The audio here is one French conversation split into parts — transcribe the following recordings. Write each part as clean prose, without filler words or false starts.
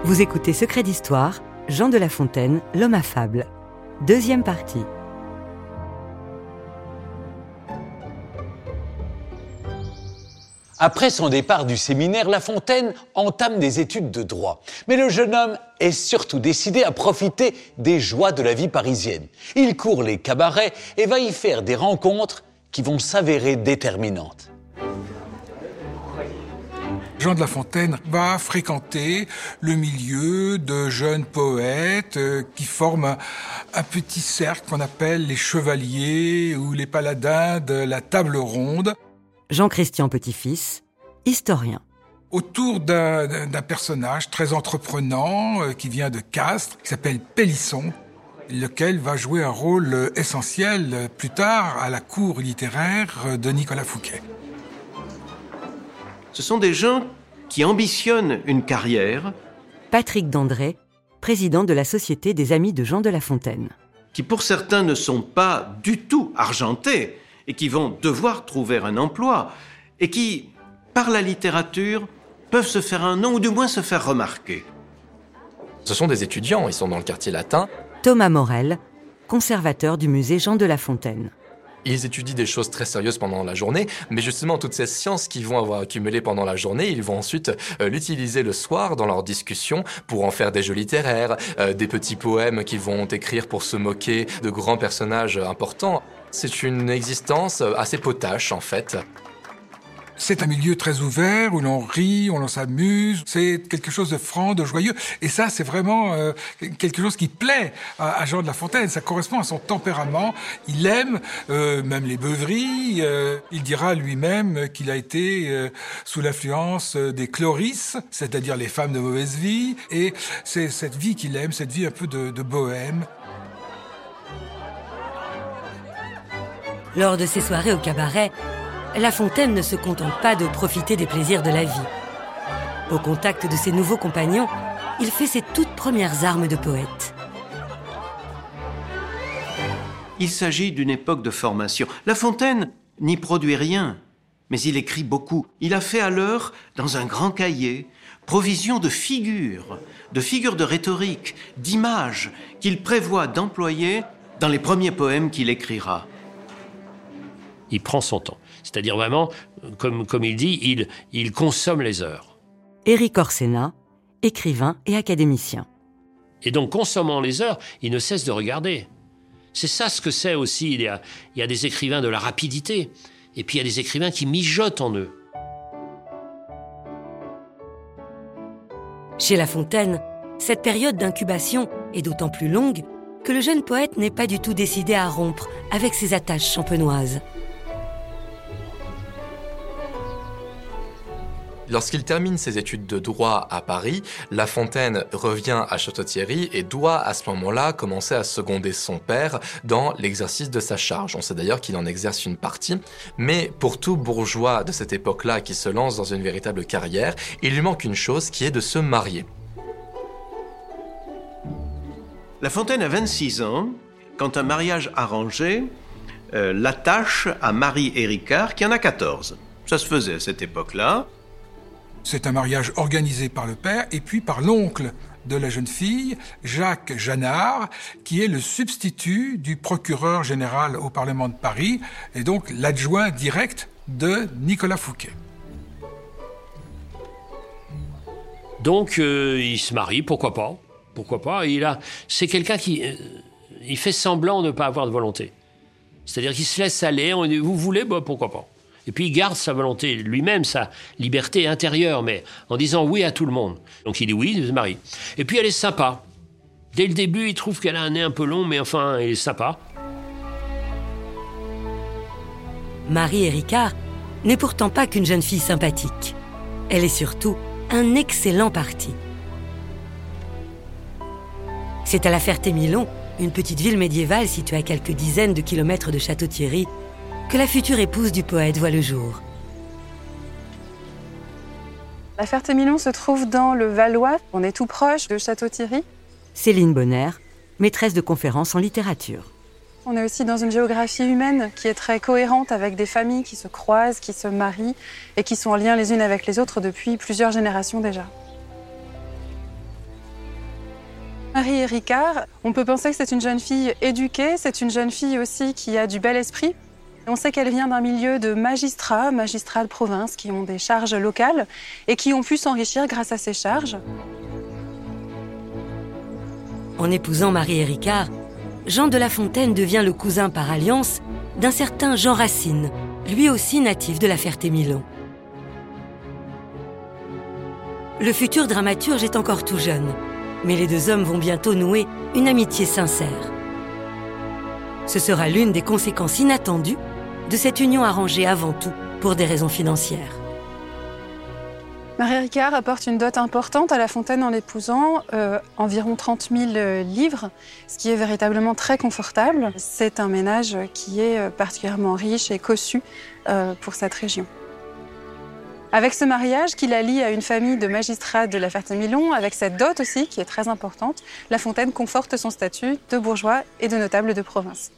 Vous écoutez Secret d'Histoire, Jean de La Fontaine, l'homme à fable. Deuxième partie. Après son départ du séminaire, La Fontaine entame des études de droit. Mais le jeune homme est surtout décidé à profiter des joies de la vie parisienne. Il court les cabarets et va y faire des rencontres qui vont s'avérer déterminantes. Jean de La Fontaine va fréquenter le milieu de jeunes poètes qui forment un petit cercle qu'on appelle les chevaliers ou les paladins de la table ronde. Jean-Christian Petit-Fils, historien. Autour d'un personnage très entreprenant qui vient de Castres, qui s'appelle Pélisson, lequel va jouer un rôle essentiel plus tard à la cour littéraire de Nicolas Fouquet. Ce sont des gens qui ambitionnent une carrière. Patrick Dandré, président de la Société des Amis de Jean de La Fontaine. Qui pour certains ne sont pas du tout argentés et qui vont devoir trouver un emploi et qui, par la littérature, peuvent se faire un nom ou du moins se faire remarquer. Ce sont des étudiants, ils sont dans le quartier latin. Thomas Morel, conservateur du musée Jean de La Fontaine. Ils étudient des choses très sérieuses pendant la journée, mais justement toutes ces sciences qu'ils vont avoir accumulées pendant la journée, ils vont ensuite l'utiliser le soir dans leurs discussions pour en faire des jeux littéraires, des petits poèmes qu'ils vont écrire pour se moquer de grands personnages importants. C'est une existence assez potache en fait. C'est un milieu très ouvert, où l'on rit, où l'on s'amuse. C'est quelque chose de franc, de joyeux. Et ça, c'est vraiment quelque chose qui plaît à Jean de La Fontaine. Ça correspond à son tempérament. Il aime même les beuveries. Il dira lui-même qu'il a été sous l'influence des chloris, c'est-à-dire les femmes de mauvaise vie. Et c'est cette vie qu'il aime, cette vie un peu de bohème. Lors de ses soirées au cabaret, La Fontaine ne se contente pas de profiter des plaisirs de la vie. Au contact de ses nouveaux compagnons, il fait ses toutes premières armes de poète. Il s'agit d'une époque de formation. La Fontaine n'y produit rien, mais il écrit beaucoup. Il a fait alors, dans un grand cahier, provision de figures de rhétorique, d'images qu'il prévoit d'employer dans les premiers poèmes qu'il écrira. Il prend son temps. C'est-à-dire vraiment, comme il dit, il consomme les heures. Éric Orsena, écrivain et académicien. Et donc, consommant les heures, il ne cesse de regarder. C'est ça ce que c'est aussi. Il y a des écrivains de la rapidité, et puis il y a des écrivains qui mijotent en eux. Chez La Fontaine, cette période d'incubation est d'autant plus longue que le jeune poète n'est pas du tout décidé à rompre avec ses attaches champenoises. Lorsqu'il termine ses études de droit à Paris, La Fontaine revient à Château-Thierry et doit à ce moment-là commencer à seconder son père dans l'exercice de sa charge. On sait d'ailleurs qu'il en exerce une partie, mais pour tout bourgeois de cette époque-là qui se lance dans une véritable carrière, il lui manque une chose qui est de se marier. La Fontaine a 26 ans quand un mariage arrangé l'attache à Marie Éricard qui en a 14. Ça se faisait à cette époque-là. C'est un mariage organisé par le père et puis par l'oncle de la jeune fille, Jacques Janard, qui est le substitut du procureur général au Parlement de Paris et donc l'adjoint direct de Nicolas Fouquet. Donc, il se marie, pourquoi pas. Pourquoi pas. C'est quelqu'un qui il fait semblant de ne pas avoir de volonté. C'est-à-dire qu'il se laisse aller, on dit, vous voulez, bah, pourquoi pas. Et puis il garde sa volonté, lui-même, sa liberté intérieure, mais en disant oui à tout le monde. Donc il dit oui, il se marie. Et puis elle est sympa. Dès le début, il trouve qu'elle a un nez un peu long, mais enfin, elle est sympa. Marie Éricard n'est pourtant pas qu'une jeune fille sympathique. Elle est surtout un excellent parti. C'est à La Ferté-Milon, une petite ville médiévale située à quelques dizaines de kilomètres de Château-Thierry, que la future épouse du poète voit le jour. La Ferté-Milon se trouve dans le Valois. On est tout proche de Château-Thierry. Céline Bonner, maîtresse de conférences en littérature. On est aussi dans une géographie humaine qui est très cohérente avec des familles qui se croisent, qui se marient et qui sont en lien les unes avec les autres depuis plusieurs générations déjà. Marie Ricard, on peut penser que c'est une jeune fille éduquée, c'est une jeune fille aussi qui a du bel esprit. On sait qu'elle vient d'un milieu de magistrats de province, qui ont des charges locales et qui ont pu s'enrichir grâce à ces charges. En épousant Marie Ricard, Jean de La Fontaine devient le cousin par alliance d'un certain Jean Racine, lui aussi natif de la Ferté-Milon. Le futur dramaturge est encore tout jeune, mais les deux hommes vont bientôt nouer une amitié sincère. Ce sera l'une des conséquences inattendues de cette union arrangée avant tout pour des raisons financières. Marie Ricard apporte une dot importante à La Fontaine en l'épousant, environ 30 000 livres, ce qui est véritablement très confortable. C'est un ménage qui est particulièrement riche et cossu pour cette région. Avec ce mariage qui la lie à une famille de magistrats de la Ferté-Milon, avec cette dot aussi qui est très importante, La Fontaine conforte son statut de bourgeois et de notable de province.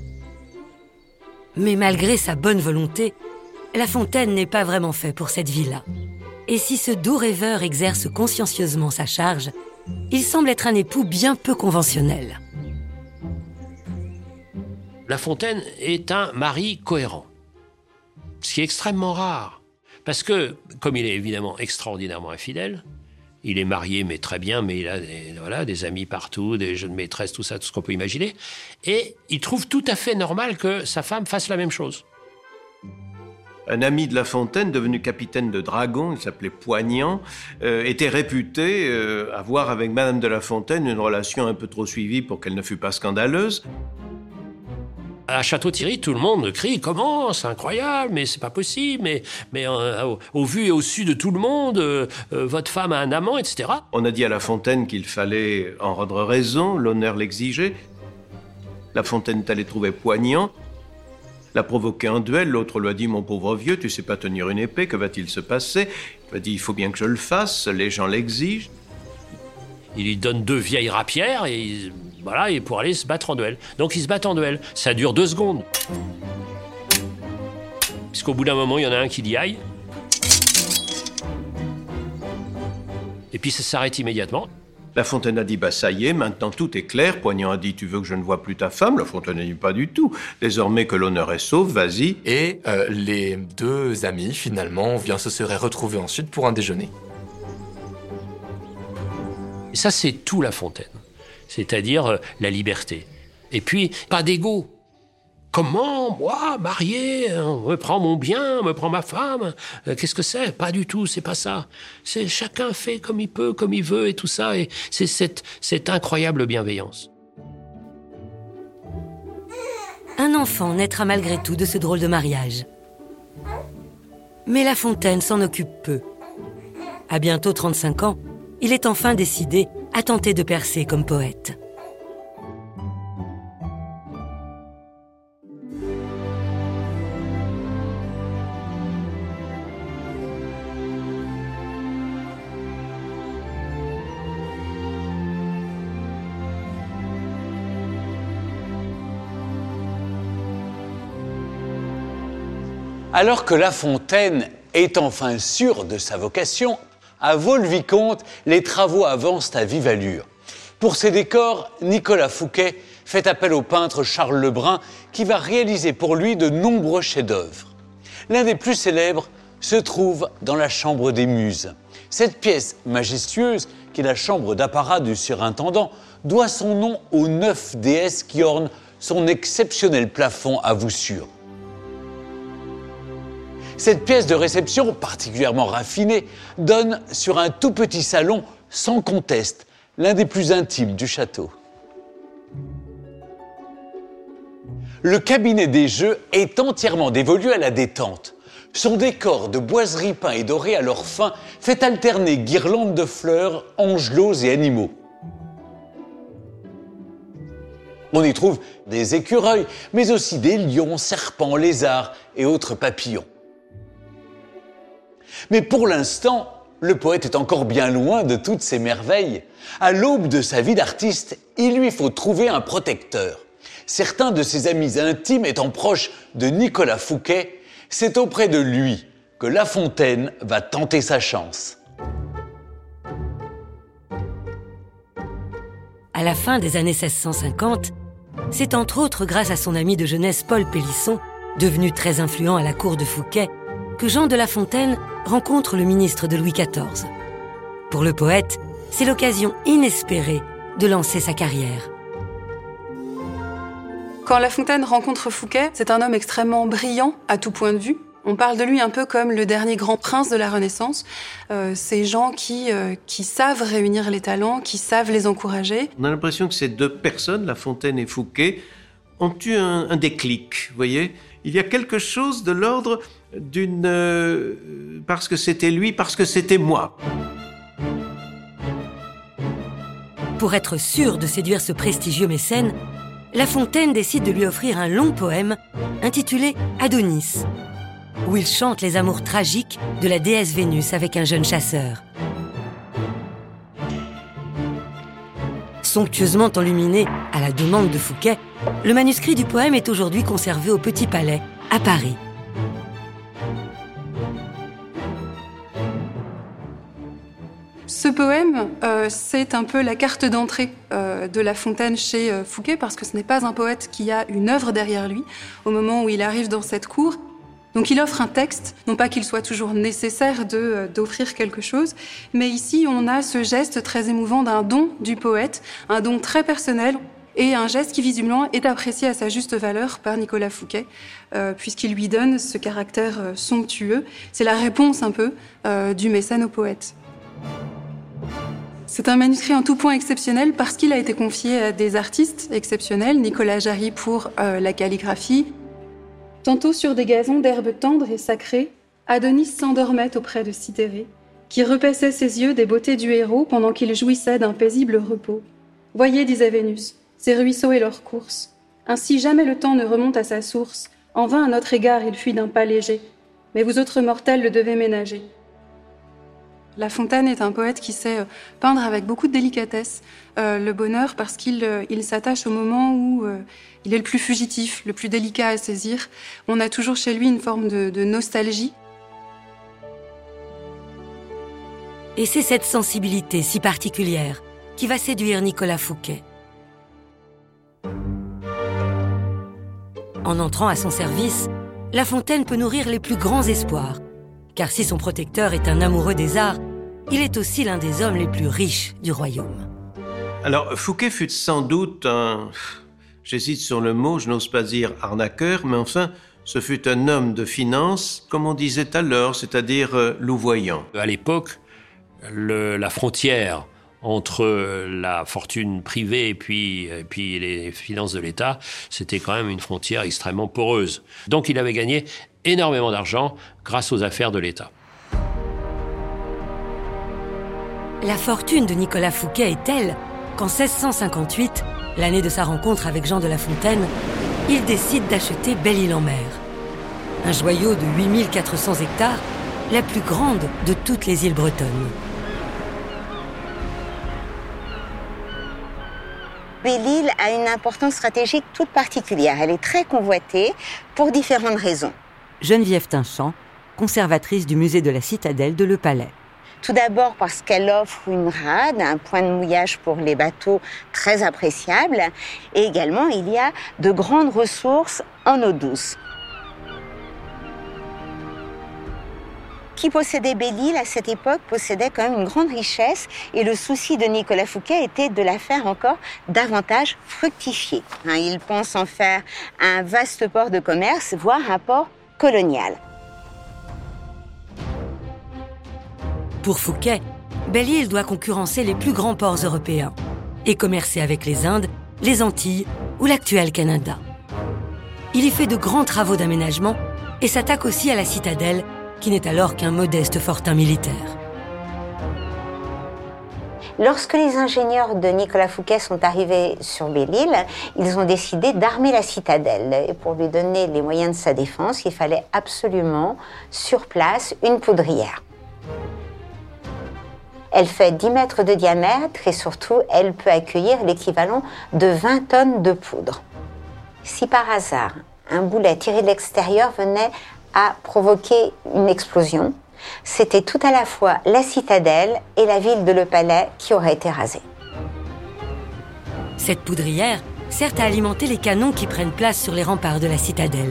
Mais malgré sa bonne volonté, La Fontaine n'est pas vraiment fait pour cette vie-là. Et si ce doux rêveur exerce consciencieusement sa charge, il semble être un époux bien peu conventionnel. La Fontaine est un mari cohérent, ce qui est extrêmement rare. Parce que, comme il est évidemment extraordinairement infidèle, il est marié, mais très bien, mais il a des amis partout, des jeunes maîtresses, tout ça, tout ce qu'on peut imaginer. Et il trouve tout à fait normal que sa femme fasse la même chose. Un ami de La Fontaine, devenu capitaine de dragon, il s'appelait Poignant, était réputé avoir avec Madame de La Fontaine une relation un peu trop suivie pour qu'elle ne fût pas scandaleuse. À Château-Thierry, tout le monde crie « Comment ? C'est incroyable, mais c'est pas possible, mais au vu et au su de tout le monde, votre femme a un amant, etc. » On a dit à La Fontaine qu'il fallait en rendre raison, l'honneur l'exigeait. La Fontaine est allée trouver Poignant, l'a provoqué en duel, l'autre lui a dit « Mon pauvre vieux, tu sais pas tenir une épée, que va-t-il se passer ?» Il a dit « Il faut bien que je le fasse, les gens l'exigent. » Il lui donne 2 vieilles rapières et pour aller se battre en duel. Donc ils se battent en duel. Ça dure 2 secondes. Puisqu'au bout d'un moment, il y en a un qui dit aïe. Et puis ça s'arrête immédiatement. La Fontaine a dit « Ça y est, maintenant tout est clair. » Poignant a dit « Tu veux que je ne vois plus ta femme ?» La Fontaine a dit « Pas du tout. Désormais que l'honneur est sauf, vas-y. » Et les 2 amis, finalement, se seraient retrouvés ensuite pour un déjeuner. Et ça, c'est tout La Fontaine. C'est-à-dire la liberté. Et puis, pas d'ego. Comment, moi, marié, on me prend mon bien, on me prend ma femme, qu'est-ce que c'est ? Pas du tout, c'est pas ça. C'est chacun fait comme il peut, comme il veut et tout ça. Et c'est cette incroyable bienveillance. Un enfant naîtra malgré tout de ce drôle de mariage. Mais La Fontaine s'en occupe peu. À bientôt 35 ans, il est enfin décidé à tenter de percer comme poète. Alors que La Fontaine est enfin sûr de sa vocation, à Vaux-le-Vicomte, les travaux avancent à vive allure. Pour ses décors, Nicolas Fouquet fait appel au peintre Charles Lebrun qui va réaliser pour lui de nombreux chefs-d'œuvre. L'un des plus célèbres se trouve dans la Chambre des Muses. Cette pièce majestueuse, qui est la chambre d'apparat du surintendant, doit son nom aux 9 déesses qui ornent son exceptionnel plafond à voussure. Cette pièce de réception, particulièrement raffinée, donne sur un tout petit salon, sans conteste, l'un des plus intimes du château. Le cabinet des jeux est entièrement dévolu à la détente. Son décor de boiseries peints et dorés à leur fin fait alterner guirlandes de fleurs, angelots et animaux. On y trouve des écureuils, mais aussi des lions, serpents, lézards et autres papillons. Mais pour l'instant, le poète est encore bien loin de toutes ces merveilles. À l'aube de sa vie d'artiste, il lui faut trouver un protecteur. Certains de ses amis intimes étant proches de Nicolas Fouquet, c'est auprès de lui que La Fontaine va tenter sa chance. à la fin des années 1650, c'est entre autres grâce à son ami de jeunesse Paul Pélisson, devenu très influent à la cour de Fouquet, que Jean de La Fontaine rencontre le ministre de Louis XIV. Pour le poète, c'est l'occasion inespérée de lancer sa carrière. Quand La Fontaine rencontre Fouquet, c'est un homme extrêmement brillant à tout point de vue. On parle de lui un peu comme le dernier grand prince de la Renaissance. Ces gens qui savent réunir les talents, qui savent les encourager. On a l'impression que ces deux personnes, La Fontaine et Fouquet, ont eu un déclic, vous voyez. Il y a quelque chose de l'ordre d'une... parce que c'était lui, parce que c'était moi. Pour être sûr de séduire ce prestigieux mécène, La Fontaine décide de lui offrir un long poème intitulé « Adonis », où il chante les amours tragiques de la déesse Vénus avec un jeune chasseur. Somptueusement enluminé à la demande de Fouquet, le manuscrit du poème est aujourd'hui conservé au Petit Palais, à Paris. Ce poème, c'est un peu la carte d'entrée de La Fontaine chez Fouquet, parce que ce n'est pas un poète qui a une œuvre derrière lui au moment où il arrive dans cette cour. Donc il offre un texte, non pas qu'il soit toujours nécessaire d'offrir quelque chose, mais ici on a ce geste très émouvant d'un don du poète, un don très personnel, et un geste qui visiblement est apprécié à sa juste valeur par Nicolas Fouquet, puisqu'il lui donne ce caractère somptueux. C'est la réponse un peu du mécène au poète. C'est un manuscrit en tout point exceptionnel parce qu'il a été confié à des artistes exceptionnels, Nicolas Jarry pour la calligraphie. Tantôt sur des gazons d'herbes tendres et sacrées, Adonis s'endormait auprès de Cythérée, qui repaissait ses yeux des beautés du héros pendant qu'il jouissait d'un paisible repos. « Voyez, disait Vénus, ces ruisseaux et leurs courses. Ainsi jamais le temps ne remonte à sa source. En vain à notre égard il fuit d'un pas léger. Mais vous autres mortels le devez ménager. » La Fontaine est un poète qui sait peindre avec beaucoup de délicatesse le bonheur parce qu'il s'attache au moment où il est le plus fugitif, le plus délicat à saisir. On a toujours chez lui une forme de nostalgie. Et c'est cette sensibilité si particulière qui va séduire Nicolas Fouquet. En entrant à son service, La Fontaine peut nourrir les plus grands espoirs. Car si son protecteur est un amoureux des arts, il est aussi l'un des hommes les plus riches du royaume. Alors, Fouquet fut sans doute un... J'hésite sur le mot, je n'ose pas dire arnaqueur, mais enfin, ce fut un homme de finance, comme on disait alors, c'est-à-dire louvoyant. À l'époque, la frontière entre la fortune privée et puis les finances de l'État, c'était quand même une frontière extrêmement poreuse. Donc il avait gagné énormément d'argent grâce aux affaires de l'État. La fortune de Nicolas Fouquet est telle qu'en 1658, l'année de sa rencontre avec Jean de La Fontaine, il décide d'acheter Belle-Île-en-Mer. Un joyau de 8400 hectares, la plus grande de toutes les îles bretonnes. Belle-Île a une importance stratégique toute particulière. Elle est très convoitée pour différentes raisons. Geneviève Tinchamp, conservatrice du musée de la Citadelle de Le Palais. Tout d'abord parce qu'elle offre une rade, un point de mouillage pour les bateaux très appréciable. Et également, il y a de grandes ressources en eau douce. Qui possédait Belle-Île à cette époque possédait quand même une grande richesse et le souci de Nicolas Fouquet était de la faire encore davantage fructifier. Il pense en faire un vaste port de commerce, voire un port colonial. Pour Fouquet, Belle-Île doit concurrencer les plus grands ports européens et commercer avec les Indes, les Antilles ou l'actuel Canada. Il y fait de grands travaux d'aménagement et s'attaque aussi à la citadelle, qui n'est alors qu'un modeste fortin militaire. Lorsque les ingénieurs de Nicolas Fouquet sont arrivés sur Belle-Île, ils ont décidé d'armer la citadelle. Et pour lui donner les moyens de sa défense, il fallait absolument, sur place, une poudrière. Elle fait 10 mètres de diamètre et surtout, elle peut accueillir l'équivalent de 20 tonnes de poudre. Si par hasard, un boulet tiré de l'extérieur venait à provoquer une explosion, c'était tout à la fois la citadelle et la ville de Le Palais qui auraient été rasées. Cette poudrière sert à alimenter les canons qui prennent place sur les remparts de la citadelle.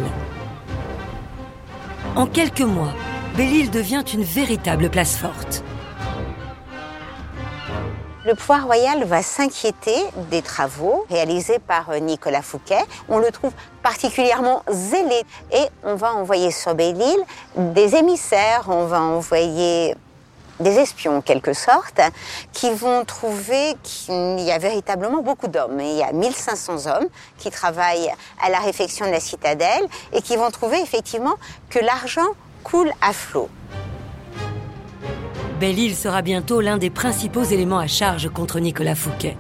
En quelques mois, Belle-Île devient une véritable place forte. Le pouvoir royal va s'inquiéter des travaux réalisés par Nicolas Fouquet. On le trouve particulièrement zélé et on va envoyer sur Belle-Île des émissaires, on va envoyer des espions en quelque sorte, qui vont trouver qu'il y a véritablement beaucoup d'hommes. Il y a 1500 hommes qui travaillent à la réfection de la citadelle et qui vont trouver effectivement que l'argent coule à flot. Belle-Île sera bientôt l'un des principaux éléments à charge contre Nicolas Fouquet.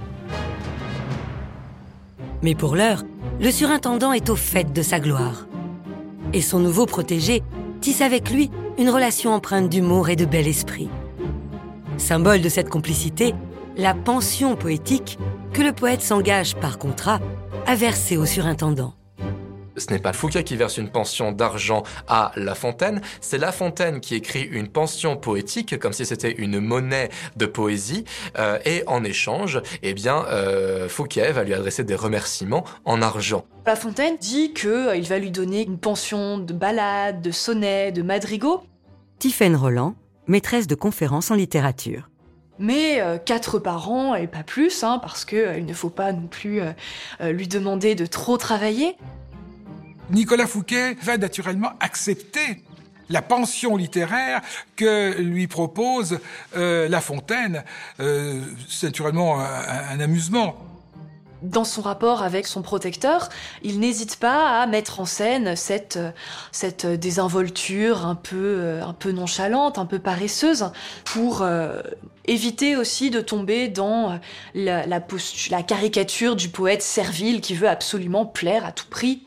Mais pour l'heure, le surintendant est au fait de sa gloire. Et son nouveau protégé tisse avec lui une relation empreinte d'humour et de bel esprit. Symbole de cette complicité, la pension poétique que le poète s'engage par contrat à verser au surintendant. Ce n'est pas Fouquet qui verse une pension d'argent à La Fontaine, c'est La Fontaine qui écrit une pension poétique, comme si c'était une monnaie de poésie, et en échange, Fouquet va lui adresser des remerciements en argent. La Fontaine dit qu'il va lui donner une pension de ballades, de sonnets, de madrigaux. Tiphaine Roland, maîtresse de conférences en littérature. Mais 4 par an et pas plus, parce qu'il ne faut pas non plus lui demander de trop travailler. Nicolas Fouquet va naturellement accepter la pension littéraire que lui propose La Fontaine. C'est naturellement un amusement. Dans son rapport avec son protecteur, il n'hésite pas à mettre en scène cette désinvolture un peu nonchalante, un peu paresseuse, pour éviter aussi de tomber dans la caricature du poète servile qui veut absolument plaire à tout prix.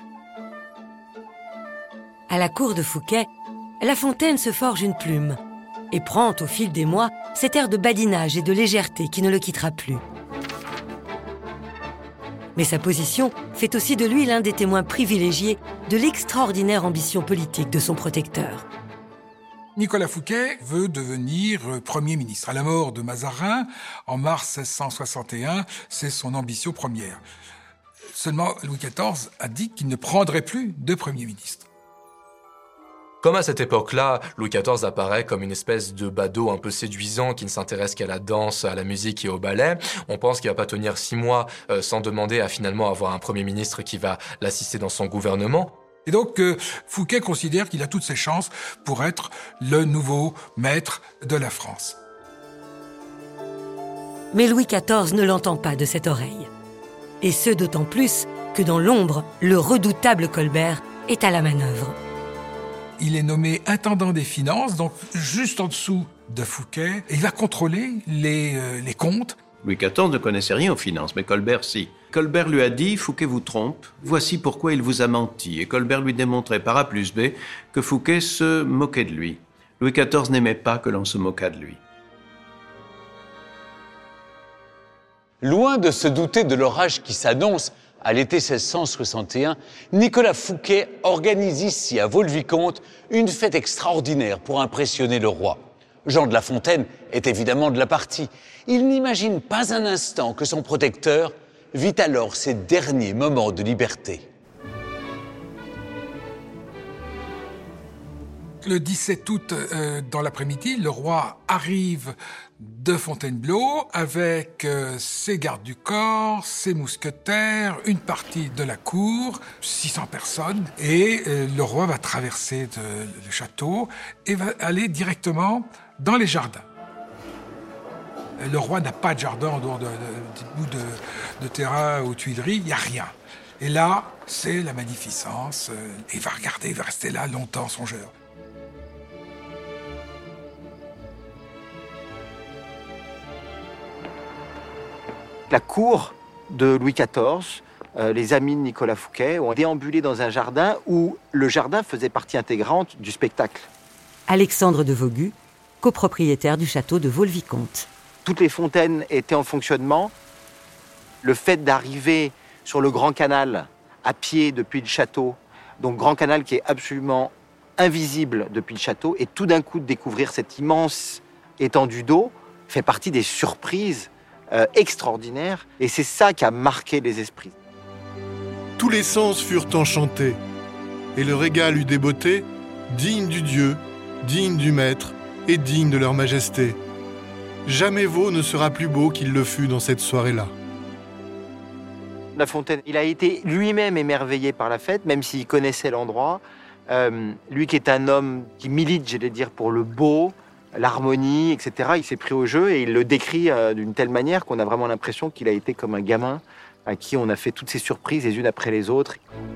À la cour de Fouquet, La Fontaine se forge une plume et prend au fil des mois cet air de badinage et de légèreté qui ne le quittera plus. Mais sa position fait aussi de lui l'un des témoins privilégiés de l'extraordinaire ambition politique de son protecteur. Nicolas Fouquet veut devenir Premier ministre. À la mort de Mazarin, en mars 1661, c'est son ambition première. Seulement, Louis XIV a dit qu'il ne prendrait plus de Premier ministre. Comme à cette époque-là, Louis XIV apparaît comme une espèce de badaud un peu séduisant qui ne s'intéresse qu'à la danse, à la musique et au ballet. On pense qu'il va pas tenir 6 mois sans demander à finalement avoir un Premier ministre qui va l'assister dans son gouvernement. Et donc, Fouquet considère qu'il a toutes ses chances pour être le nouveau maître de la France. Mais Louis XIV ne l'entend pas de cette oreille. Et ce d'autant plus que dans l'ombre, le redoutable Colbert est à la manœuvre. Il est nommé intendant des finances, donc juste en dessous de Fouquet, et il va contrôler les comptes. Louis XIV ne connaissait rien aux finances, mais Colbert si. Colbert lui a dit « Fouquet vous trompe, voici pourquoi il vous a menti ». Et Colbert lui démontrait par A plus B que Fouquet se moquait de lui. Louis XIV n'aimait pas que l'on se moquât de lui. Loin de se douter de l'orage qui s'annonce, à l'été 1661, Nicolas Fouquet organise ici, à Vaux-le-Vicomte, une fête extraordinaire pour impressionner le roi. Jean de La Fontaine est évidemment de la partie. Il n'imagine pas un instant que son protecteur vit alors ses derniers moments de liberté. Le 17 août, dans l'après-midi, le roi arrive de Fontainebleau avec ses gardes du corps, ses mousquetaires, une partie de la cour, 600 personnes. Et le roi va traverser le château et va aller directement dans les jardins. Le roi n'a pas de jardin en dehors de bout de terrain aux Tuileries, il n'y a rien. Et là, c'est la magnificence. Il va regarder, il va rester là longtemps, songeur. La cour de Louis XIV, les amis de Nicolas Fouquet ont déambulé dans un jardin où le jardin faisait partie intégrante du spectacle. Alexandre de Vaugut, copropriétaire du château de Vaux-le-Vicomte. Toutes les fontaines étaient en fonctionnement. Le fait d'arriver sur le Grand Canal à pied depuis le château, donc Grand Canal qui est absolument invisible depuis le château, et tout d'un coup de découvrir cette immense étendue d'eau, fait partie des surprises extraordinaire. Et c'est ça qui a marqué les esprits. Tous les sens furent enchantés, et le régal eut des beautés dignes du Dieu, dignes du Maître et dignes de leur majesté. Jamais veau ne sera plus beau qu'il le fut dans cette soirée-là. La Fontaine, il a été lui-même émerveillé par la fête, même s'il connaissait l'endroit. Lui qui est un homme qui milite, j'allais dire, pour le beau, l'harmonie, etc. Il s'est pris au jeu et il le décrit d'une telle manière qu'on a vraiment l'impression qu'il a été comme un gamin à qui on a fait toutes ces surprises les unes après les autres.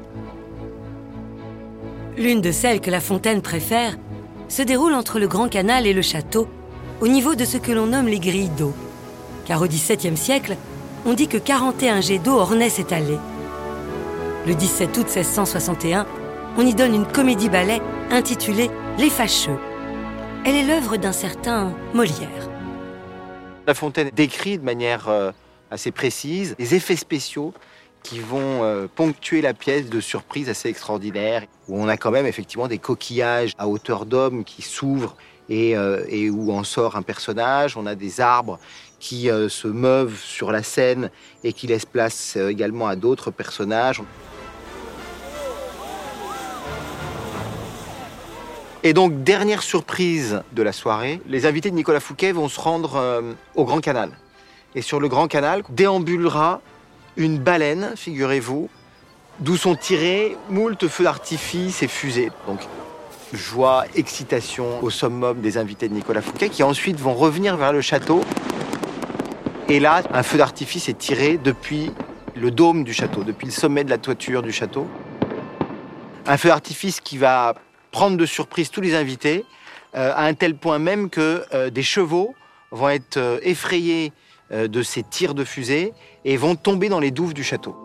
L'une de celles que La Fontaine préfère se déroule entre le Grand Canal et le château, au niveau de ce que l'on nomme les grilles d'eau. Car au XVIIe siècle, on dit que 41 jets d'eau ornaient cette allée. Le 17 août 1661, on y donne une comédie-ballet intitulée « Les Fâcheux ». Elle est l'œuvre d'un certain Molière. La Fontaine décrit de manière assez précise les effets spéciaux qui vont ponctuer la pièce de surprises assez extraordinaires, où on a quand même effectivement des coquillages à hauteur d'homme qui s'ouvrent et où en sort un personnage. On a des arbres qui se meuvent sur la scène et qui laissent place également à d'autres personnages. Et donc, dernière surprise de la soirée, les invités de Nicolas Fouquet vont se rendre au Grand Canal. Et sur le Grand Canal déambulera une baleine, figurez-vous, d'où sont tirés moult feux d'artifice et fusées. Donc, joie, excitation au summum des invités de Nicolas Fouquet, qui ensuite vont revenir vers le château. Et là, un feu d'artifice est tiré depuis le dôme du château, depuis le sommet de la toiture du château. Un feu d'artifice qui va prendre de surprise tous les invités, à un tel point même que des chevaux vont être effrayés de ces tirs de fusée et vont tomber dans les douves du château.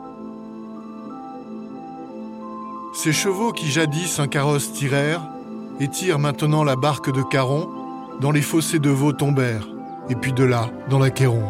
Ces chevaux qui jadis un carrosse tirèrent et tirent maintenant la barque de Caron, dans les fossés de Vaux tombèrent, et puis de là, dans l'Acquéron.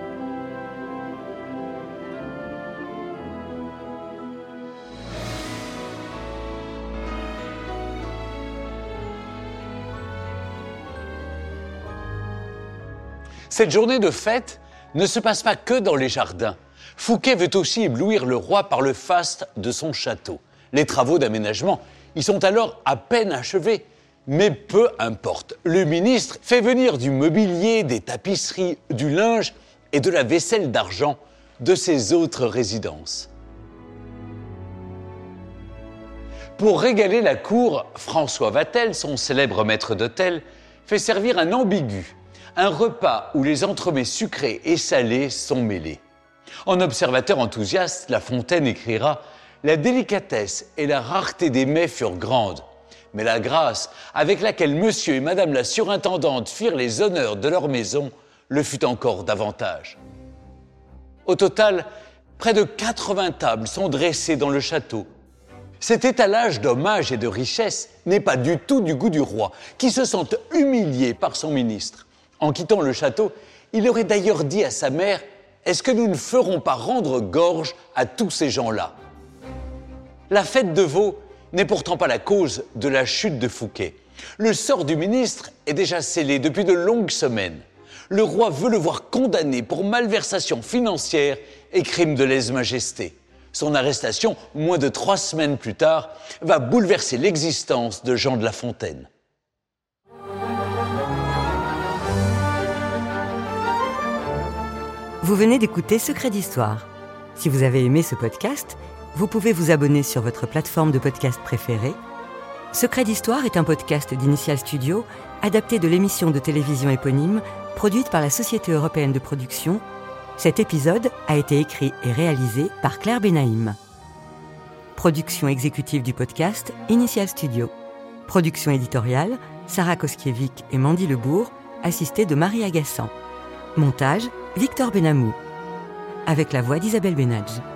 Cette journée de fête ne se passe pas que dans les jardins. Fouquet veut aussi éblouir le roi par le faste de son château. Les travaux d'aménagement y sont alors à peine achevés. Mais peu importe, le ministre fait venir du mobilier, des tapisseries, du linge et de la vaisselle d'argent de ses autres résidences. Pour régaler la cour, François Vatel, son célèbre maître d'hôtel, fait servir un ambigu, un repas où les entremets sucrés et salés sont mêlés. En observateur enthousiaste, La Fontaine écrira « La délicatesse et la rareté des mets furent grandes, mais la grâce avec laquelle monsieur et madame la surintendante firent les honneurs de leur maison le fut encore davantage. » Au total, près de 80 tables sont dressées dans le château. Cet étalage d'hommage et de richesse n'est pas du tout du goût du roi, qui se sent humilié par son ministre. En quittant le château, il aurait d'ailleurs dit à sa mère « Est-ce que nous ne ferons pas rendre gorge à tous ces gens-là » La fête de Vaux n'est pourtant pas la cause de la chute de Fouquet. Le sort du ministre est déjà scellé depuis de longues semaines. Le roi veut le voir condamné pour malversation financière et crime de lèse-majesté. Son arrestation, moins de 3 semaines plus tard, va bouleverser l'existence de Jean de La Fontaine. Vous venez d'écouter Secret d'Histoire. Si vous avez aimé ce podcast, vous pouvez vous abonner sur votre plateforme de podcast préférée. Secret d'Histoire est un podcast d'Initial Studio, adapté de l'émission de télévision éponyme, produite par la Société européenne de production. Cet épisode a été écrit et réalisé par Claire Benaïm. Production exécutive du podcast, Initial Studio. Production éditoriale, Sarah Koskiewicz et Mandy Lebourg, assistée de Marie Agassan. Montage, Victor Benamou. Avec la voix d'Isabelle Benadj.